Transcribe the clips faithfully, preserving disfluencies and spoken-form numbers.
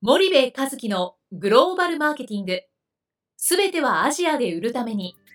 森部一樹のグローバルマーケティング、すべてはアジアで売るために。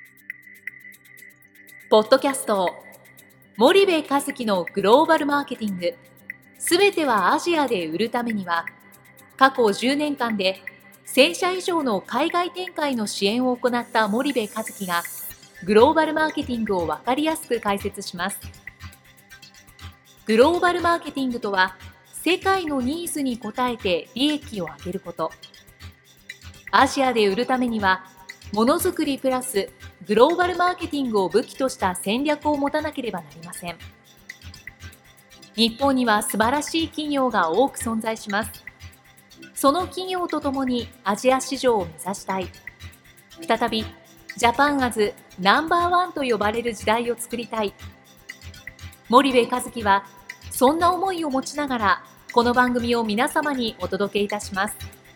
ポッドキャスト森部一樹のグローバルマーケティング、すべてはアジアで売るためには、過去じゅうねんかんでせんしゃ以上の海外展開の支援を行った森部一樹がグローバルマーケティングを分かりやすく解説します。グローバルマーケティングとは、世界のニーズに応えて利益を上げること。アジアで売るためには、ものづくりプラスグローバルマーケティングを武器とした戦略を持たなければなりません。日本には素晴らしい企業が多く存在します。その企業とともにアジア市場を目指したい。再びジャパンアズナンバーワンと呼ばれる時代を作りたい。森部一樹はそんな思いを持ちながら、この番組を皆様にお届けいたします。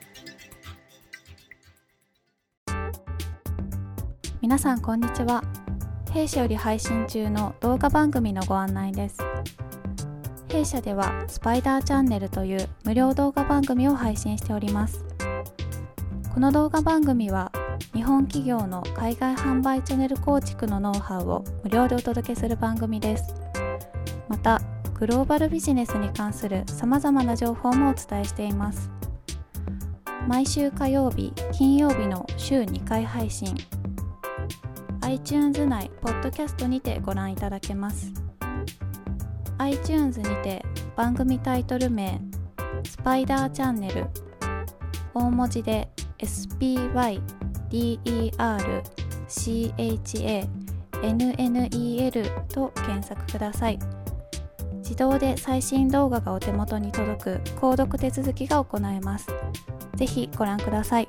皆さんこんにちは。弊社より配信中の動画番組のご案内です。弊社ではスパイダーチャンネルという無料動画番組を配信しております。この動画番組は日本企業の海外販売チャンネル構築のノウハウを無料でお届けする番組です。またグローバルビジネスに関するさまざまな情報もお伝えしています。毎週火曜日、金曜日の週にかい配信。iTunes 内ポッドキャストにてご覧いただけます。iTunes にて番組タイトル名スパイダーチャンネル、大文字で エスピーワイディーイーアールシーエイチエーエヌエヌイーエル と検索ください。自動で最新動画がお手元に届く購読手続きが行えます。ぜひご覧ください。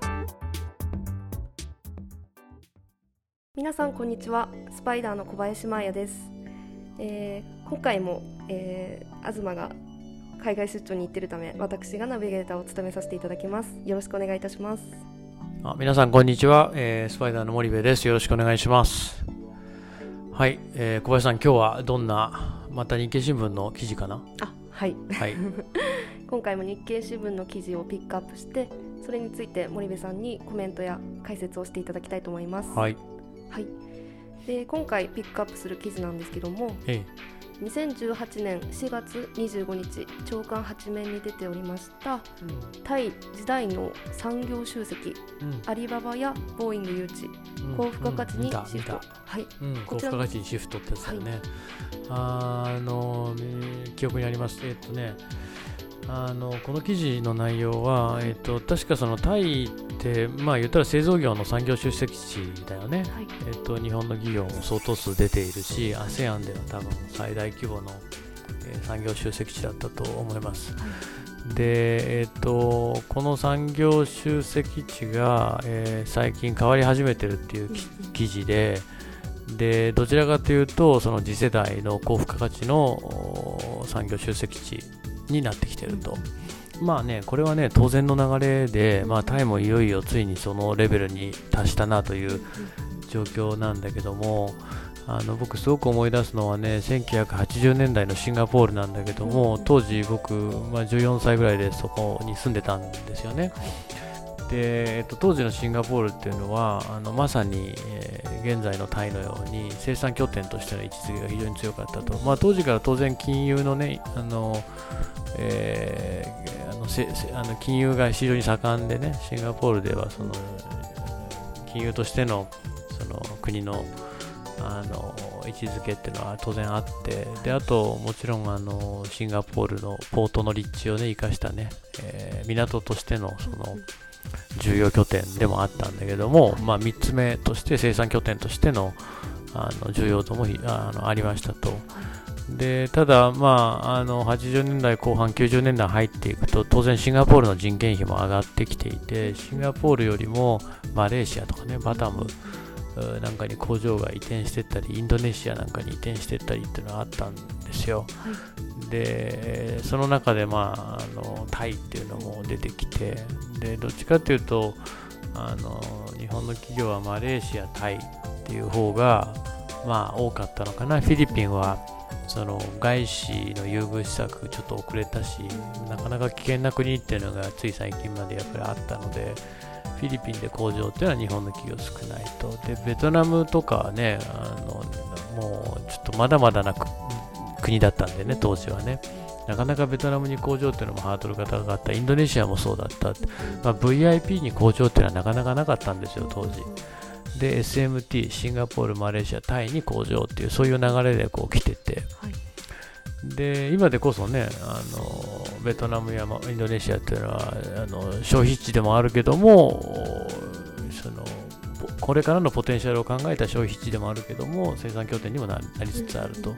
皆さんこんにちは。スパイダーの小林真彩です。えー、今回も、えー、東が海外出張に行っているため、私がナビゲーターを務めさせていただきます。よろしくお願いいたします。 あ、皆さんこんにちは、えー、スパイダーの森部です。よろしくお願いします。はい、えー、小林さん、今日はどんなまた日経新聞の記事かな。 あ、はい、はい、今回も日経新聞の記事をピックアップして、それについて森部さんにコメントや解説をしていただきたいと思います。 はい、 はい、で今回ピックアップする記事なんですけども、ええ、にせんじゅうはちねんしがつにじゅうごにち朝刊はちめんに出ておりました、うん、タイ時代の産業集積、うん、アリババやボーイング誘致、うん、高付加価値にシフト、はい、 うん、高付加価値にシフトってやつだよね、はい、あの記憶にあります。えっとねあのこの記事の内容は、えっと、確かそのタイって、まあ、言ったら製造業の産業集積地だよね、はい、えっと、日本の企業も相当数出ているし アセアン では多分最大規模の、えー、産業集積地だったと思います、はい、で、えっと、この産業集積地が、えー、最近変わり始めてるっていう記事で、でどちらかというとその次世代の高付加価値の産業集積地になってきてると。まあね、これはね当然の流れで、まあ、タイもいよいよついにそのレベルに達したなという状況なんだけども、あの僕すごく思い出すのはねせんきゅうひゃくはちじゅうねんだいのシンガポールなんだけども、当時僕、まあ、じゅうよんさいぐらいでそこに住んでたんですよね。で、えっと、当時のシンガポールっていうのはあのまさに、えー、現在のタイのように生産拠点としての位置づけが非常に強かったと。まあ、当時から当然金融のねあの、えー、あのせあの金融が非常に盛んでね、シンガポールではその金融としてのその国のあの位置づけっていうのは当然あって、であともちろんあのシンガポールのポートの立地をね生かしたね、えー、港としてのその重要拠点でもあったんだけども、まあ、みっつめとして生産拠点としての、あの重要度も あ, のありましたと。でただ、まあ、あのはちじゅうねんだいこう半きゅうじゅうねんだい入っていくと当然シンガポールの人件費も上がってきていて、シンガポールよりもマレーシアとかねバタムなんかに工場が移転していったりインドネシアなんかに移転していったりっていうのがあったんですよ、はい、でその中で、まあ、あのタイっていうのも出てきて、でどっちかっていうとあの日本の企業はマレーシアタイっていう方が、まあ、多かったのかな。フィリピンはその外資の優遇施策ちょっと遅れたし、なかなか危険な国っていうのがつい最近までやっぱりあったので、フィリピンで工場っていうのは日本の企業少ないと。でベトナムとかはね、あのもうちょっとまだまだな国だったんでね、当時はね、なかなかベトナムに工場っていうのもハードルが高かった。インドネシアもそうだった、まあ、ブイアイピー に工場っていうのはなかなかなかったんですよ当時で。 エスエムティー シンガポール、マレーシア、タイに工場っていうそういう流れでこう来てて、はい、で今でこそね、あのベトナムやインドネシアっていうのはあの消費地でもあるけども、そのこれからのポテンシャルを考えた消費地でもあるけども、生産拠点にも な, なりつつあると。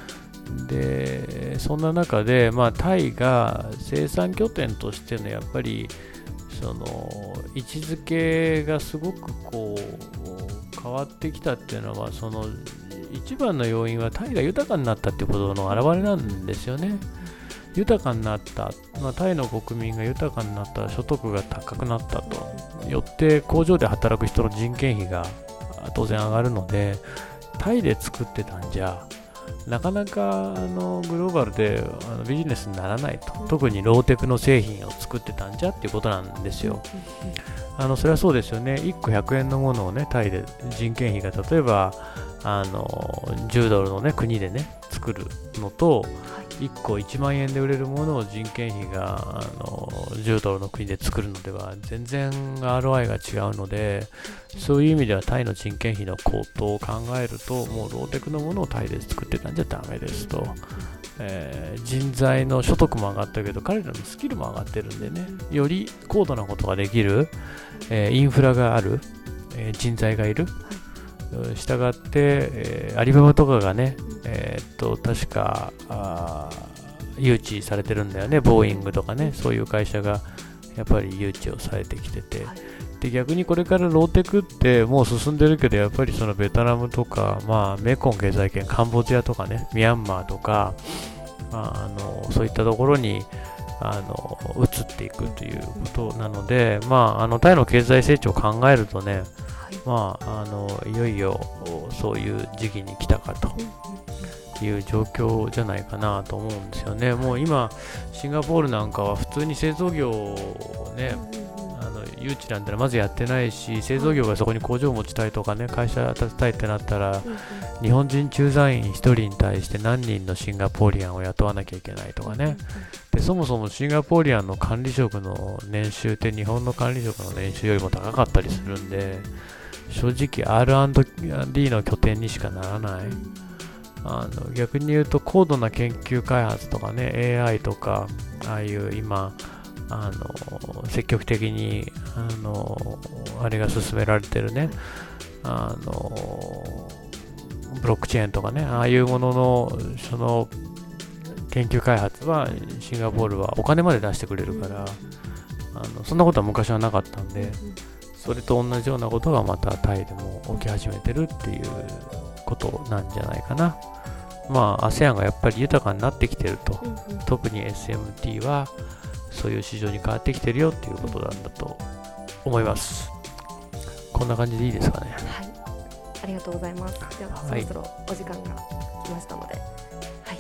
でそんな中で、まあ、タイが生産拠点としてのやっぱりその位置づけがすごくこう変わってきたっていうのは、その一番の要因はタイが豊かになったっていうことの表れなんですよね。豊かになった、まあ、タイの国民が豊かになった、所得が高くなったと、よって工場で働く人の人件費が当然上がるので、タイで作ってたんじゃなかなかあのグローバルであのビジネスにならないと、特にローテクの製品を作ってたんじゃっていうことなんですよ。あのそれはそうですよね。いっこひゃくえんのものをね、タイで人件費が例えばあのじゅうドルの、ね、国でね作るのと、いっこいちまんえんで売れるものを人件費があのじゅうドルの国で作るのでは全然 アールオーアイ が違うので、そういう意味ではタイの人件費の高騰を考えると、もうローテクのものをタイで作ってたんじゃダメですと、えー、人材の所得も上がったけど彼らのスキルも上がってるんでね、より高度なことができる、えー、インフラがある、えー、人材がいる、したがって、えー、アリババとかがね、えー、っと確かあ誘致されてるんだよね。ボーイングとかね、そういう会社がやっぱり誘致をされてきてて、で逆にこれからローテクってもう進んでるけど、やっぱりそのベトナムとか、まあ、メコン経済圏、カンボジアとかね、ミャンマーとか、まあ、あのそういったところにあの移っていくということなので、まあ、あのタイの経済成長を考えるとね、まあ、あのいよいよそういう時期に来たかという状況じゃないかなと思うんですよね。もう今シンガポールなんかは普通に製造業をね、あの誘致なんてまずやってないし、製造業がそこに工場を持ちたいとかね、会社建てたいってなったら、日本人駐在員ひとりに対して何人のシンガポーリアンを雇わなきゃいけないとかね。でそもそもシンガポーリアンの管理職の年収って日本の管理職の年収よりも高かったりするんで、正直 アールアンドディー の拠点にしかならない。あの逆に言うと高度な研究開発とかね、 エーアイ とか、ああいう今あの積極的にあのあれが進められてるね、あのブロックチェーンとかね、ああいうもののその研究開発はシンガポールはお金まで出してくれるから、あのそんなことは昔はなかったんで、それと同じようなことがまたタイでも起き始めてるっていうことなんじゃないかな。まあ アセアン がやっぱり豊かになってきてると、うんうん、特に エスエムティー はそういう市場に変わってきてるよっていうことなんだと思います。こんな感じでいいですかね。 はい、ありがとうございます。では、はい、そろそろお時間が来ましたので、はい、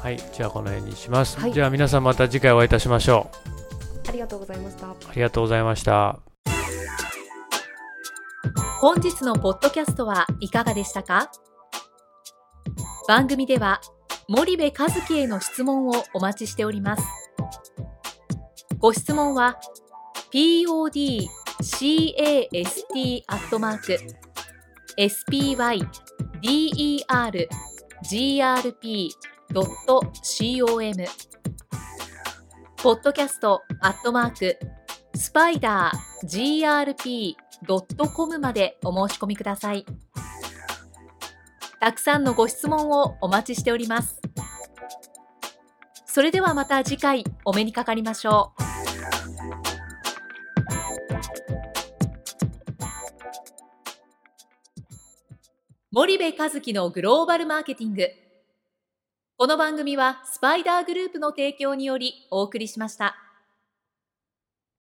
はい、じゃあこの辺にします、はい、じゃあ皆さんまた次回お会いいたしましょう。ありがとうございました。 ありがとうございました。 本日のポッドキャストはいかがでしたか？番組では森部一樹への質問をお待ちしております。ご質問は ピーオーディーキャスト アットマーク エスピーワイディーイーアールジーアールピードットコム ポッドキャストアットマークスパイダー ジーアールピードットコム までお申し込みください。たくさんのご質問をお待ちしております。それではまた次回お目にかかりましょう。森部一樹のグローバルマーケティング。この番組はスパイダーグループの提供によりお送りしました。